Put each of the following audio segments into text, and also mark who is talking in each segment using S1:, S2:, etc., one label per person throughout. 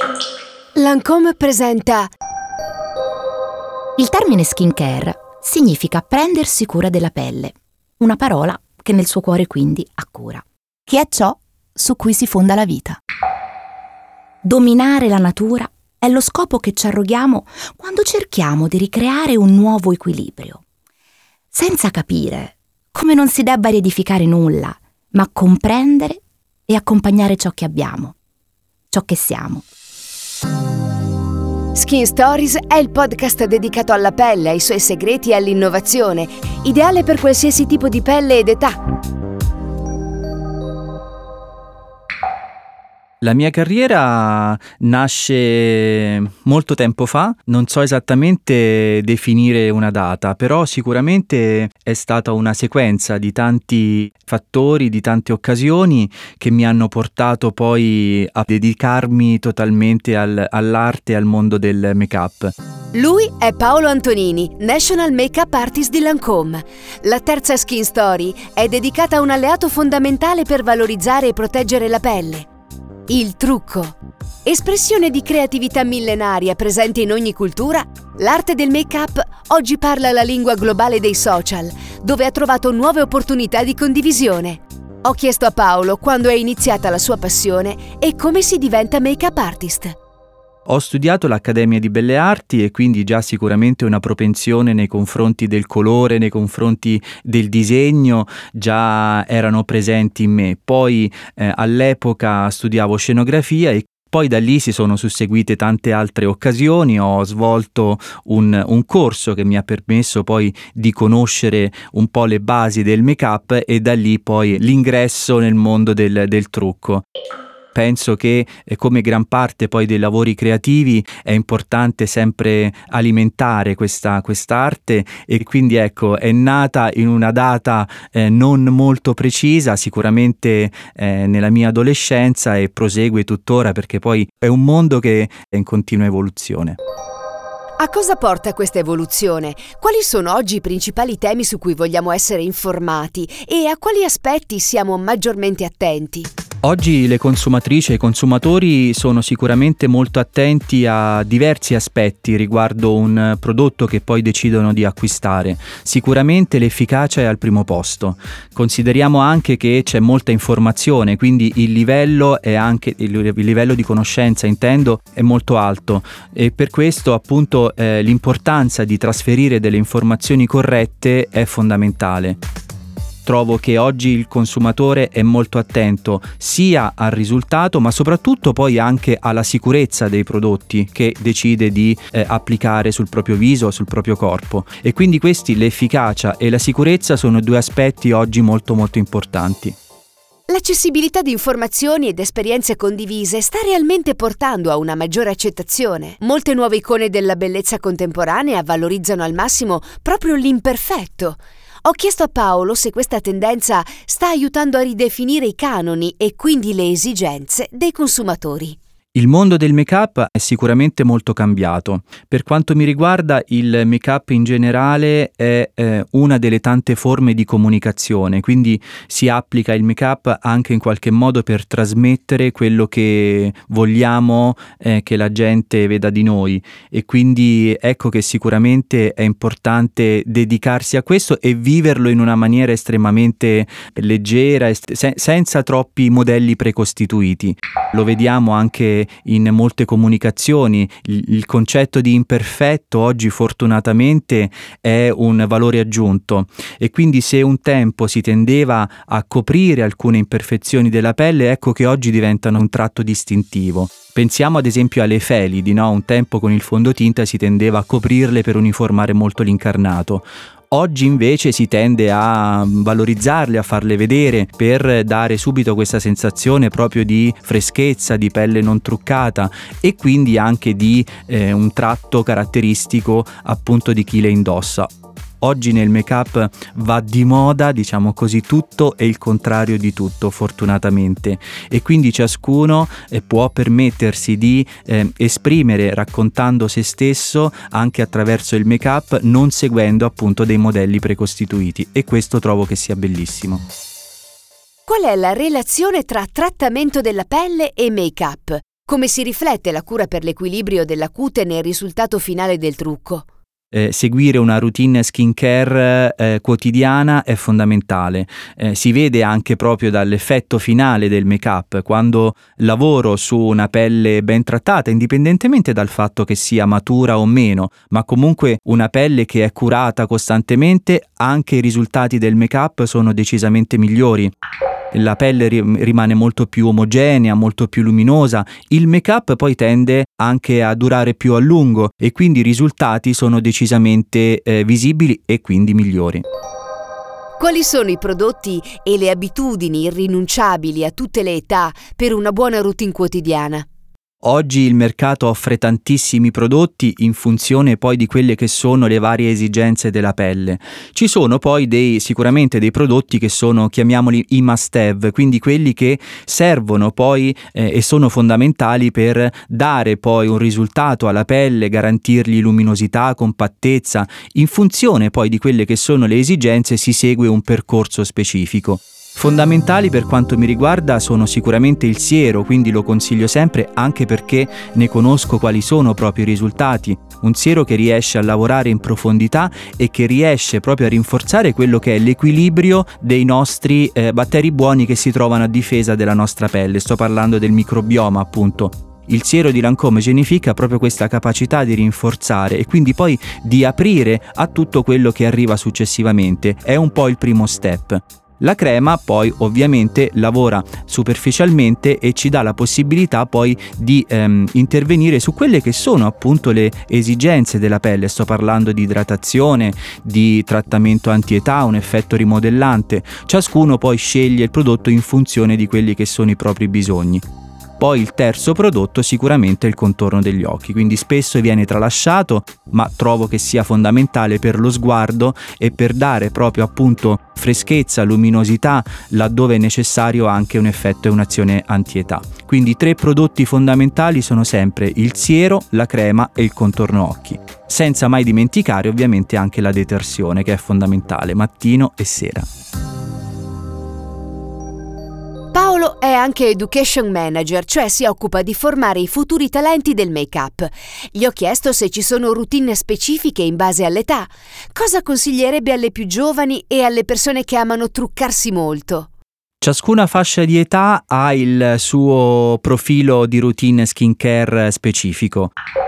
S1: Lancôme presenta.
S2: Il termine skincare significa prendersi cura della pelle, una parola che nel suo cuore quindi ha cura, che è ciò su cui si fonda la vita. Dominare la natura è lo scopo che ci arroghiamo quando cerchiamo di ricreare un nuovo equilibrio, senza capire come non si debba riedificare nulla, ma comprendere e accompagnare ciò che abbiamo, ciò che siamo.
S1: Skin Stories è il podcast dedicato alla pelle, ai suoi segreti e all'innovazione, ideale per qualsiasi tipo di pelle ed età.
S3: La mia carriera nasce molto tempo fa, non so esattamente definire una data, però sicuramente è stata una sequenza di tanti fattori, di tante occasioni che mi hanno portato poi a dedicarmi totalmente all'arte e al mondo del make-up.
S1: Lui è Paolo Antonini, National Makeup Artist di Lancôme. La terza Skin Story è dedicata a un alleato fondamentale per valorizzare e proteggere la pelle: il trucco. Espressione di creatività millenaria presente in ogni cultura, l'arte del make-up oggi parla la lingua globale dei social, dove ha trovato nuove opportunità di condivisione. Ho chiesto a Paolo quando è iniziata la sua passione e come si diventa make-up artist.
S3: Ho studiato l'Accademia di Belle Arti e quindi già sicuramente una propensione nei confronti del colore, nei confronti del disegno, già erano presenti in me. Poi all'epoca studiavo scenografia e poi da lì si sono susseguite tante altre occasioni. Ho svolto un corso che mi ha permesso poi di conoscere un po' le basi del make-up e da lì poi l'ingresso nel mondo del trucco. Penso che come gran parte poi dei lavori creativi è importante sempre alimentare quest'arte e quindi ecco, è nata in una data non molto precisa, sicuramente nella mia adolescenza, e prosegue tuttora perché poi è un mondo che è in continua evoluzione.
S1: A cosa porta questa evoluzione? Quali sono oggi i principali temi su cui vogliamo essere informati e a quali aspetti siamo maggiormente attenti?
S3: Oggi le consumatrici e i consumatori sono sicuramente molto attenti a diversi aspetti riguardo un prodotto che poi decidono di acquistare. Sicuramente l'efficacia è al primo posto. Consideriamo anche che c'è molta informazione, quindi il livello di conoscenza, intendo, è molto alto e per questo appunto l'importanza di trasferire delle informazioni corrette è fondamentale. Trovo che oggi il consumatore è molto attento sia al risultato ma soprattutto poi anche alla sicurezza dei prodotti che decide di applicare sul proprio viso, sul proprio corpo, e quindi questi, l'efficacia e la sicurezza, sono due aspetti oggi molto molto importanti.
S1: L'accessibilità di informazioni ed esperienze condivise sta realmente portando a una maggiore accettazione. Molte nuove icone della bellezza contemporanea valorizzano al massimo proprio l'imperfetto. Ho chiesto a Paolo se questa tendenza sta aiutando a ridefinire i canoni e quindi le esigenze dei consumatori.
S3: Il mondo del make-up è sicuramente molto cambiato. Per quanto mi riguarda, il make-up in generale è una delle tante forme di comunicazione, quindi si applica il make-up anche in qualche modo per trasmettere quello che vogliamo che la gente veda di noi, e quindi ecco che sicuramente è importante dedicarsi a questo e viverlo in una maniera estremamente leggera, senza troppi modelli precostituiti. Lo vediamo anche in molte comunicazioni, il concetto di imperfetto oggi fortunatamente è un valore aggiunto, e quindi se un tempo si tendeva a coprire alcune imperfezioni della pelle, ecco che oggi diventano un tratto distintivo. Pensiamo ad esempio alle felidi, no? Un tempo con il fondotinta si tendeva a coprirle per uniformare molto l'incarnato. Oggi invece si tende a valorizzarle, a farle vedere per dare subito questa sensazione proprio di freschezza, di pelle non truccata e quindi anche di un tratto caratteristico appunto di chi le indossa. Oggi nel make-up va di moda, diciamo così, tutto e il contrario di tutto, fortunatamente, e quindi ciascuno può permettersi di esprimere raccontando se stesso anche attraverso il make-up, non seguendo appunto dei modelli precostituiti, e questo trovo che sia bellissimo.
S1: Qual è la relazione tra trattamento della pelle e make-up? Come si riflette la cura per l'equilibrio della cute nel risultato finale del trucco?
S3: Seguire una routine skincare quotidiana è fondamentale. Si vede anche proprio dall'effetto finale del make-up. Quando lavoro su una pelle ben trattata, indipendentemente dal fatto che sia matura o meno, ma comunque una pelle che è curata costantemente, anche i risultati del make-up sono decisamente migliori. La pelle rimane molto più omogenea, molto più luminosa. Il make-up poi tende anche a durare più a lungo e quindi i risultati sono decisamente visibili e quindi migliori.
S1: Quali sono i prodotti e le abitudini irrinunciabili a tutte le età per una buona routine quotidiana?
S3: Oggi il mercato offre tantissimi prodotti in funzione poi di quelle che sono le varie esigenze della pelle. Ci sono poi sicuramente dei prodotti che sono, chiamiamoli i must have, quindi quelli che servono poi e sono fondamentali per dare poi un risultato alla pelle, garantirgli luminosità, compattezza. In funzione poi di quelle che sono le esigenze si segue un percorso specifico. Fondamentali per quanto mi riguarda sono sicuramente il siero, quindi lo consiglio sempre anche perché ne conosco quali sono proprio i risultati. Un siero che riesce a lavorare in profondità e che riesce proprio a rinforzare quello che è l'equilibrio dei nostri batteri buoni che si trovano a difesa della nostra pelle. Sto parlando del microbioma, appunto. Il siero di Lancôme Genifique ha proprio questa capacità di rinforzare e quindi poi di aprire a tutto quello che arriva successivamente. È un po' il primo step. La crema poi ovviamente lavora superficialmente e ci dà la possibilità poi di intervenire su quelle che sono appunto le esigenze della pelle. Sto parlando di idratazione, di trattamento antietà, un effetto rimodellante. Ciascuno poi sceglie il prodotto in funzione di quelli che sono i propri bisogni. Poi il terzo prodotto sicuramente è il contorno degli occhi, quindi spesso viene tralasciato, ma trovo che sia fondamentale per lo sguardo e per dare proprio appunto freschezza, luminosità, laddove è necessario anche un effetto e un'azione antietà. Quindi i 3 prodotti fondamentali sono sempre il siero, la crema e il contorno occhi, senza mai dimenticare ovviamente anche la detersione, che è fondamentale mattino e sera.
S1: Paolo è anche education manager, cioè si occupa di formare i futuri talenti del make-up. Gli ho chiesto se ci sono routine specifiche in base all'età. Cosa consiglierebbe alle più giovani e alle persone che amano truccarsi molto?
S3: Ciascuna fascia di età ha il suo profilo di routine skincare specifico.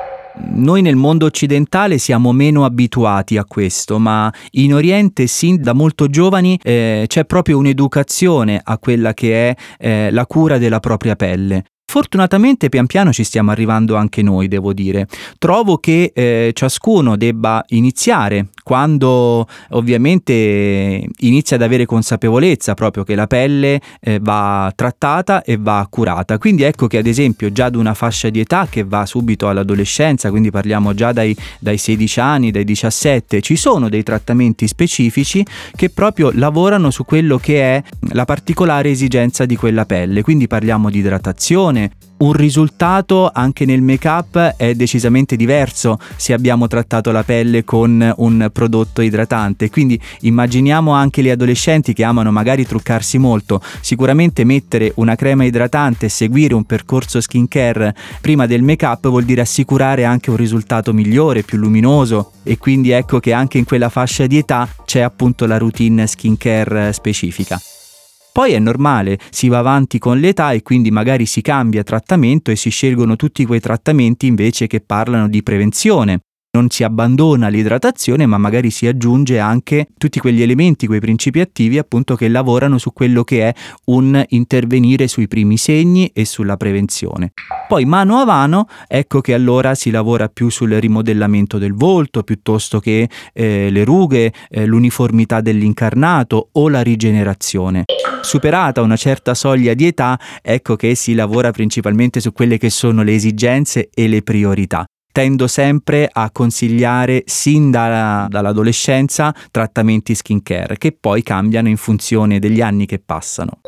S3: Noi nel mondo occidentale siamo meno abituati a questo, ma in Oriente sin da molto giovani c'è proprio un'educazione a quella che è la cura della propria pelle. Fortunatamente pian piano ci stiamo arrivando anche noi, devo dire. Trovo che ciascuno debba iniziare quando ovviamente inizia ad avere consapevolezza proprio che la pelle va trattata e va curata. Quindi ecco che ad esempio già ad una fascia di età che va subito all'adolescenza, quindi parliamo già dai 16 anni, dai 17, ci sono dei trattamenti specifici che proprio lavorano su quello che è la particolare esigenza di quella pelle. Quindi parliamo di idratazione. Un risultato anche nel make-up è decisamente diverso se abbiamo trattato la pelle con un prodotto idratante, quindi immaginiamo anche gli adolescenti che amano magari truccarsi molto. Sicuramente mettere una crema idratante e seguire un percorso skincare prima del make-up vuol dire assicurare anche un risultato migliore, più luminoso, e quindi ecco che anche in quella fascia di età c'è appunto la routine skincare specifica. Poi è normale, si va avanti con l'età e quindi magari si cambia trattamento e si scelgono tutti quei trattamenti invece che parlano di prevenzione. Non si abbandona l'idratazione, ma magari si aggiunge anche tutti quegli elementi, quei principi attivi appunto che lavorano su quello che è un intervenire sui primi segni e sulla prevenzione. Poi mano a mano ecco che allora si lavora più sul rimodellamento del volto piuttosto che le rughe, l'uniformità dell'incarnato o la rigenerazione. Superata una certa soglia di età, ecco che si lavora principalmente su quelle che sono le esigenze e le priorità. Tendo sempre a consigliare sin dall'adolescenza trattamenti skincare che poi cambiano in funzione degli anni che passano.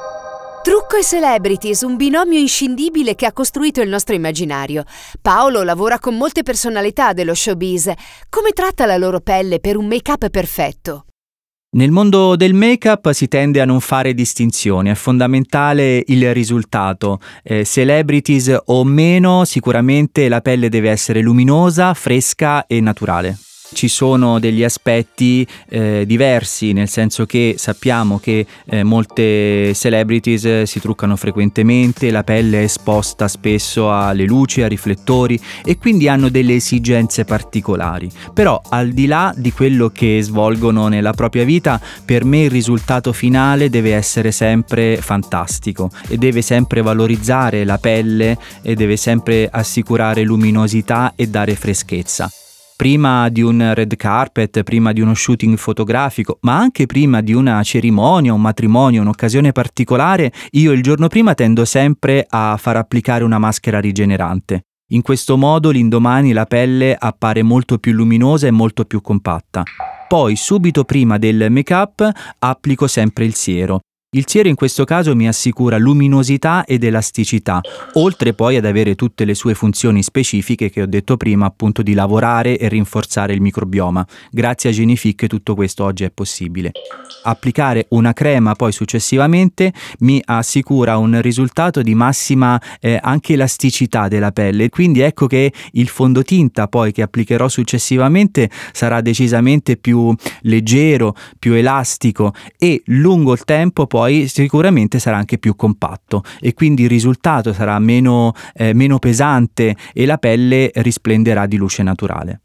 S1: Trucco e celebrities, un binomio inscindibile che ha costruito il nostro immaginario. Paolo lavora con molte personalità dello showbiz. Come tratta la loro pelle per un make-up perfetto?
S3: Nel mondo del make-up si tende a non fare distinzioni, è fondamentale il risultato. Celebrities o meno, sicuramente la pelle deve essere luminosa, fresca e naturale. Ci sono degli aspetti diversi, nel senso che sappiamo che molte celebrities si truccano frequentemente, la pelle è esposta spesso alle luci, ai riflettori e quindi hanno delle esigenze particolari. Però al di là di quello che svolgono nella propria vita, per me il risultato finale deve essere sempre fantastico e deve sempre valorizzare la pelle e deve sempre assicurare luminosità e dare freschezza. Prima di un red carpet, prima di uno shooting fotografico, ma anche prima di una cerimonia, un matrimonio, un'occasione particolare, io il giorno prima tendo sempre a far applicare una maschera rigenerante. In questo modo l'indomani la pelle appare molto più luminosa e molto più compatta. Poi, subito prima del make-up, applico sempre il siero. Il siero in questo caso mi assicura luminosità ed elasticità, oltre poi ad avere tutte le sue funzioni specifiche che ho detto prima, appunto di lavorare e rinforzare il microbioma. Grazie a Genifique tutto questo oggi è possibile. Applicare una crema poi successivamente mi assicura un risultato di massima anche elasticità della pelle, quindi ecco che il fondotinta poi che applicherò successivamente sarà decisamente più leggero, più elastico e lungo il tempo poi sicuramente sarà anche più compatto e quindi il risultato sarà meno pesante e la pelle risplenderà di luce naturale.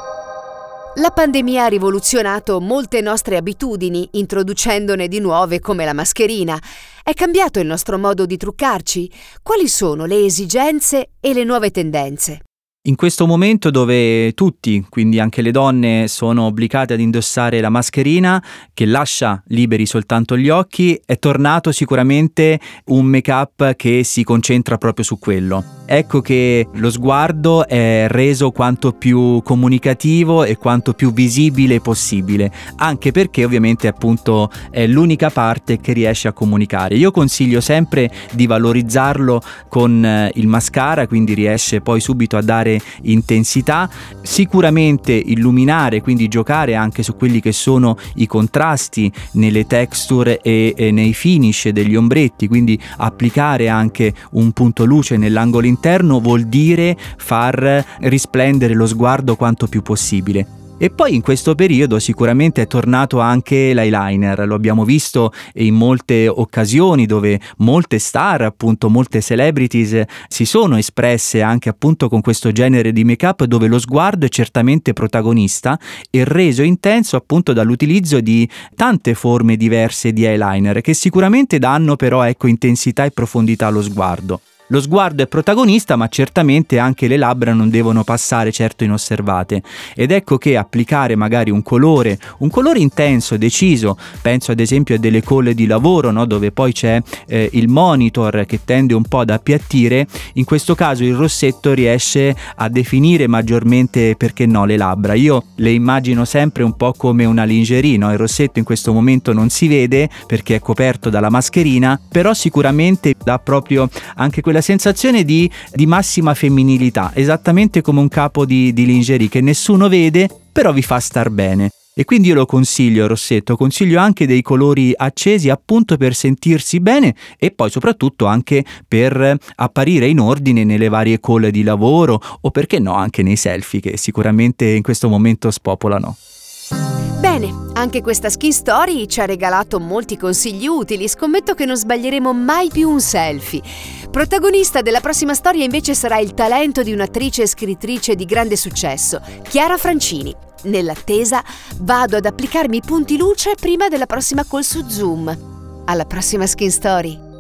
S1: La pandemia ha rivoluzionato molte nostre abitudini, introducendone di nuove come la mascherina. È cambiato il nostro modo di truccarci? Quali sono le esigenze e le nuove tendenze?
S3: In questo momento dove tutti, quindi anche le donne, sono obbligate ad indossare la mascherina che lascia liberi soltanto gli occhi, è tornato sicuramente un make-up che si concentra proprio su quello. Ecco che lo sguardo è reso quanto più comunicativo e quanto più visibile possibile, anche perché ovviamente appunto è l'unica parte che riesce a comunicare. Io consiglio sempre di valorizzarlo con il mascara, quindi riesce poi subito a dare intensità, sicuramente illuminare, quindi giocare anche su quelli che sono i contrasti nelle texture e nei finish degli ombretti, quindi applicare anche un punto luce nell'angolo interno vuol dire far risplendere lo sguardo quanto più possibile. E poi in questo periodo sicuramente è tornato anche l'eyeliner, lo abbiamo visto in molte occasioni dove molte star, appunto molte celebrities si sono espresse anche appunto con questo genere di make-up dove lo sguardo è certamente protagonista e reso intenso appunto dall'utilizzo di tante forme diverse di eyeliner che sicuramente danno però intensità e profondità allo sguardo. Lo sguardo è protagonista, ma certamente anche le labbra non devono passare certo inosservate ed ecco che applicare magari un colore intenso, deciso, penso ad esempio a delle colle di lavoro, no? Dove poi c'è il monitor che tende un po' ad appiattire, in questo caso il rossetto riesce a definire maggiormente, perché no, le labbra. Io le immagino sempre un po' come una lingerie, no? Il rossetto in questo momento non si vede perché è coperto dalla mascherina, però sicuramente dà proprio anche quella sensazione di massima femminilità, esattamente come un capo di lingerie che nessuno vede, però vi fa star bene. E quindi io lo consiglio il rossetto, consiglio anche dei colori accesi appunto per sentirsi bene e poi soprattutto anche per apparire in ordine nelle varie call di lavoro o perché no anche nei selfie che sicuramente in questo momento spopolano.
S1: Bene, anche questa Skin Story ci ha regalato molti consigli utili, scommetto che non sbaglieremo mai più un selfie. Protagonista della prossima storia invece sarà il talento di un'attrice e scrittrice di grande successo, Chiara Francini. Nell'attesa vado ad applicarmi i punti luce prima della prossima call su Zoom. Alla prossima Skin Story!